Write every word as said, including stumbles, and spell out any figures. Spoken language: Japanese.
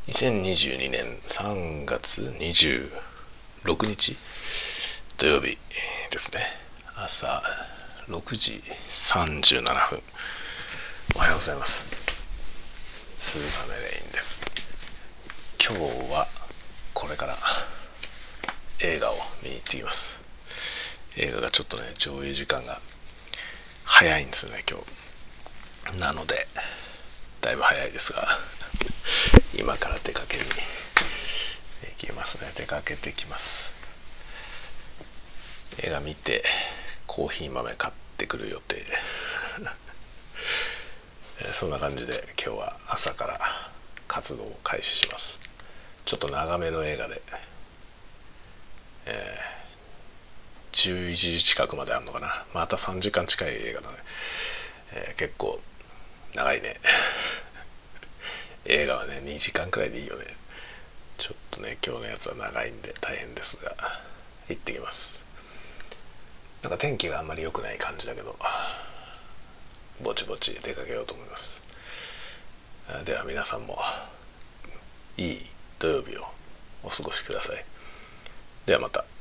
にせんにじゅうにねんさんがつにじゅうろくにち土曜日ですね。朝ろくじさんじゅうななふん。おはようございます。鈴雨レインです。今日はこれから映画を見に行ってきます。映画がちょっとね上映時間が早いんですよね今日。なのでだいぶ早いですが今から出かけに行きますね。出かけてきます。映画見てコーヒー豆買ってくる予定そんな感じで今日は朝から活動を開始します。ちょっと長めの映画で、えー、じゅういちじ近くまであるのかな。またさんじかん近い映画だね、えー、結構長いね映画はねにじかんくらいでいいよね。ちょっとね今日のやつは長いんで大変ですが行ってきます。なんか天気があんまり良くない感じだけどぼちぼち出かけようと思います。では皆さんもいい土曜日をお過ごしください。ではまた。